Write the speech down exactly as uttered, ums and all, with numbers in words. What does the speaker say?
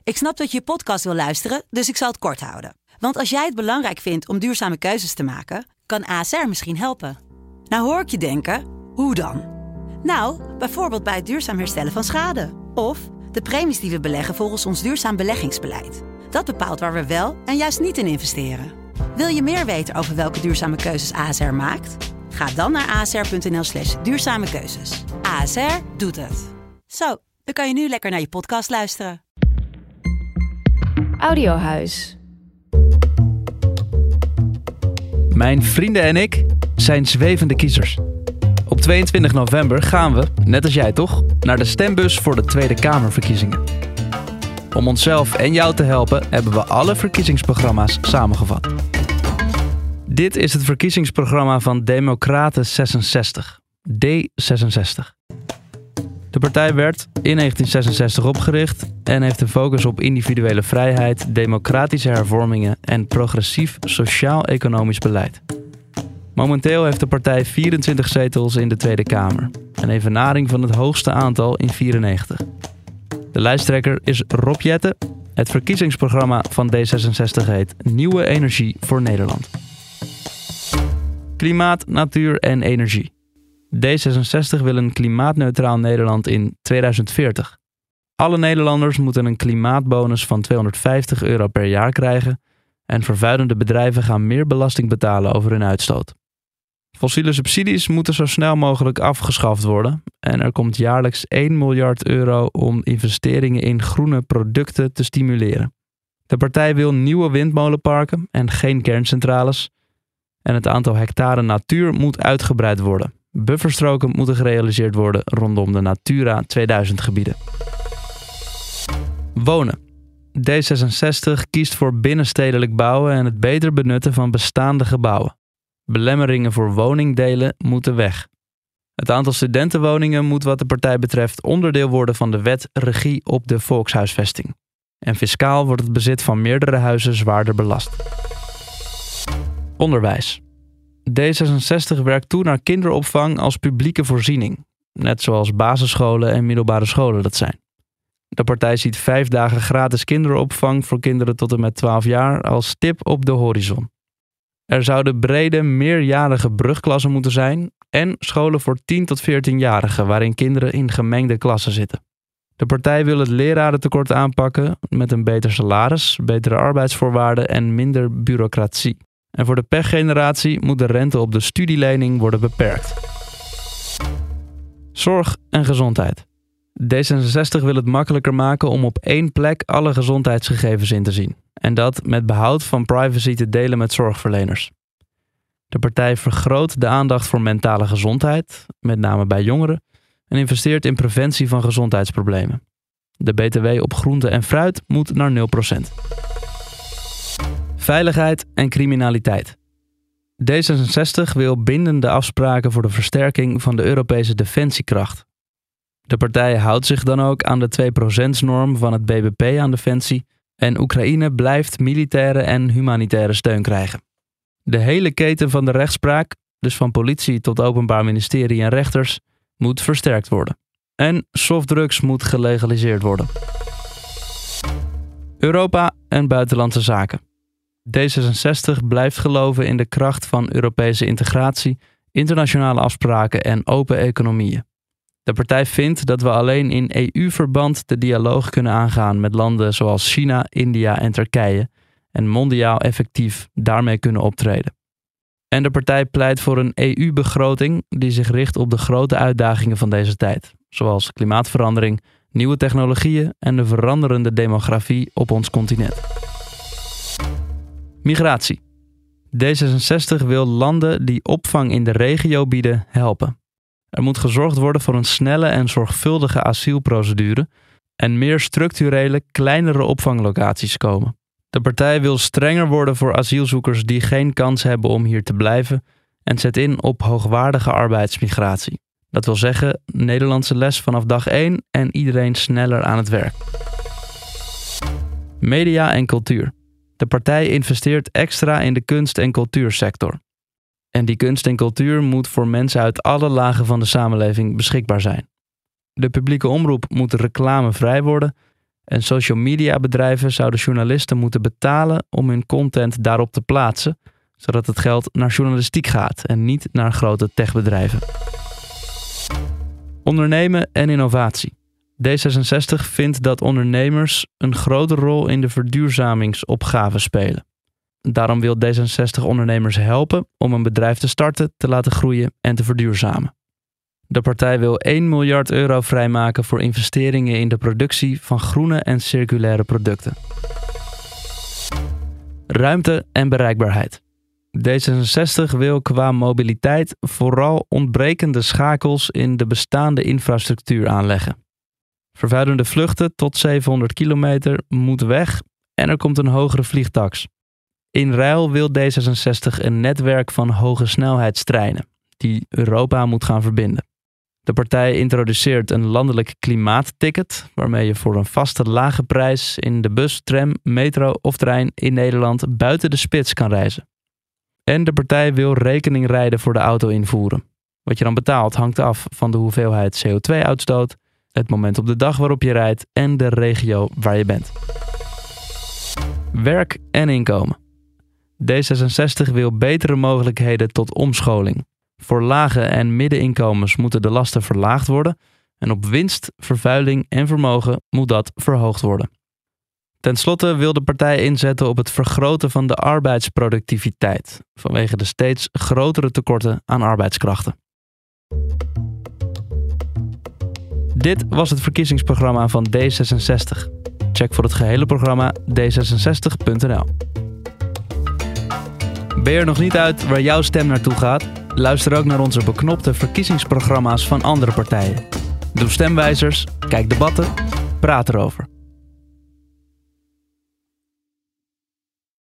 Ik snap dat je je podcast wil luisteren, dus ik zal het kort houden. Want als jij het belangrijk vindt om duurzame keuzes te maken, kan A S R misschien helpen. Nou hoor ik je denken, hoe dan? Nou, bijvoorbeeld bij het duurzaam herstellen van schade. Of de premies die we beleggen volgens ons duurzaam beleggingsbeleid. Dat bepaalt waar we wel en juist niet in investeren. Wil je meer weten over welke duurzame keuzes A S R maakt? Ga dan naar asr.nl slash duurzame keuzes. A S R doet het. Zo, dan kan je nu lekker naar je podcast luisteren. Audiohuis. Mijn vrienden en ik zijn zwevende kiezers. Op tweeëntwintig november gaan we, net als jij toch, naar de stembus voor de Tweede Kamerverkiezingen. Om onszelf en jou te helpen hebben we alle verkiezingsprogramma's samengevat. Dit is het verkiezingsprogramma van Democraten zesenzestig, D zesenzestig. De partij werd in negentien zesenzestig opgericht en heeft een focus op individuele vrijheid, democratische hervormingen en progressief sociaal-economisch beleid. Momenteel heeft de partij vierentwintig zetels in de Tweede Kamer, een evenaring van het hoogste aantal in vierennegentig. De lijsttrekker is Rob Jetten. Het verkiezingsprogramma van D zesenzestig heet Nieuwe Energie voor Nederland. Klimaat, natuur en energie. D zesenzestig wil een klimaatneutraal Nederland in tweeduizend veertig. Alle Nederlanders moeten een klimaatbonus van tweehonderdvijftig euro per jaar krijgen en vervuilende bedrijven gaan meer belasting betalen over hun uitstoot. Fossiele subsidies moeten zo snel mogelijk afgeschaft worden en er komt jaarlijks één miljard euro om investeringen in groene producten te stimuleren. De partij wil nieuwe windmolenparken en geen kerncentrales en het aantal hectare natuur moet uitgebreid worden. Bufferstroken moeten gerealiseerd worden rondom de Natura tweeduizend gebieden. Wonen. D zesenzestig kiest voor binnenstedelijk bouwen en het beter benutten van bestaande gebouwen. Belemmeringen voor woningdelen moeten weg. Het aantal studentenwoningen moet wat de partij betreft onderdeel worden van de wet regie op de volkshuisvesting. En fiscaal wordt het bezit van meerdere huizen zwaarder belast. Onderwijs. D zesenzestig werkt toe naar kinderopvang als publieke voorziening, net zoals basisscholen en middelbare scholen dat zijn. De partij ziet vijf dagen gratis kinderopvang voor kinderen tot en met twaalf jaar als stip op de horizon. Er zouden brede, meerjarige brugklassen moeten zijn en scholen voor tien tot veertienjarigen waarin kinderen in gemengde klassen zitten. De partij wil het lerarentekort aanpakken met een beter salaris, betere arbeidsvoorwaarden en minder bureaucratie. En voor de pechgeneratie moet de rente op de studielening worden beperkt. Zorg en gezondheid. D zesenzestig wil het makkelijker maken om op één plek alle gezondheidsgegevens in te zien. En dat met behoud van privacy te delen met zorgverleners. De partij vergroot de aandacht voor mentale gezondheid, met name bij jongeren, en investeert in preventie van gezondheidsproblemen. De B T W op groente en fruit moet naar nul procent. Veiligheid en criminaliteit. D zesenzestig wil bindende afspraken voor de versterking van de Europese defensiekracht. De partij houdt zich dan ook aan de twee procent-norm van het B B P aan defensie en Oekraïne blijft militaire en humanitaire steun krijgen. De hele keten van de rechtspraak, dus van politie tot openbaar ministerie en rechters, moet versterkt worden. En softdrugs moet gelegaliseerd worden. Europa en buitenlandse zaken. D zesenzestig blijft geloven in de kracht van Europese integratie, internationale afspraken en open economieën. De partij vindt dat we alleen in E U-verband de dialoog kunnen aangaan met landen zoals China, India en Turkije en mondiaal effectief daarmee kunnen optreden. En de partij pleit voor een E U-begroting die zich richt op de grote uitdagingen van deze tijd, zoals klimaatverandering, nieuwe technologieën en de veranderende demografie op ons continent. Migratie. D zesenzestig wil landen die opvang in de regio bieden helpen. Er moet gezorgd worden voor een snelle en zorgvuldige asielprocedure en meer structurele, kleinere opvanglocaties komen. De partij wil strenger worden voor asielzoekers die geen kans hebben om hier te blijven en zet in op hoogwaardige arbeidsmigratie. Dat wil zeggen, Nederlandse les vanaf dag één en iedereen sneller aan het werk. Media en cultuur. De partij investeert extra in de kunst- en cultuursector. En die kunst en cultuur moet voor mensen uit alle lagen van de samenleving beschikbaar zijn. De publieke omroep moet reclamevrij worden En social media bedrijven zouden journalisten moeten betalen om hun content daarop te plaatsen, zodat het geld naar journalistiek gaat en niet naar grote techbedrijven. Ondernemen en innovatie. D zesenzestig vindt dat ondernemers een grote rol in de verduurzamingsopgave spelen. Daarom wil D zesenzestig ondernemers helpen om een bedrijf te starten, te laten groeien en te verduurzamen. De partij wil één miljard euro vrijmaken voor investeringen in de productie van groene en circulaire producten. Ruimte en bereikbaarheid. D zesenzestig wil qua mobiliteit vooral ontbrekende schakels in de bestaande infrastructuur aanleggen. Vervuilende vluchten tot zevenhonderd kilometer moet weg en er komt een hogere vliegtaks. In ruil wil D zesenzestig een netwerk van hoge snelheidstreinen die Europa moet gaan verbinden. De partij introduceert een landelijk klimaatticket waarmee je voor een vaste lage prijs in de bus, tram, metro of trein in Nederland buiten de spits kan reizen. En de partij wil rekeningrijden voor de auto invoeren. Wat je dan betaalt hangt af van de hoeveelheid C O twee uitstoot, het moment op de dag waarop je rijdt en de regio waar je bent. Werk en inkomen. D zesenzestig wil betere mogelijkheden tot omscholing. Voor lage en middeninkomens moeten de lasten verlaagd worden en op winst, vervuiling en vermogen moet dat verhoogd worden. Ten slotte wil de partij inzetten op het vergroten van de arbeidsproductiviteit vanwege de steeds grotere tekorten aan arbeidskrachten. Dit was het verkiezingsprogramma van D zesenzestig. Check voor het gehele programma d zesenzestig punt n l. Ben je er nog niet uit waar jouw stem naartoe gaat? Luister ook naar onze beknopte verkiezingsprogramma's van andere partijen. Doe stemwijzers, kijk debatten, praat erover.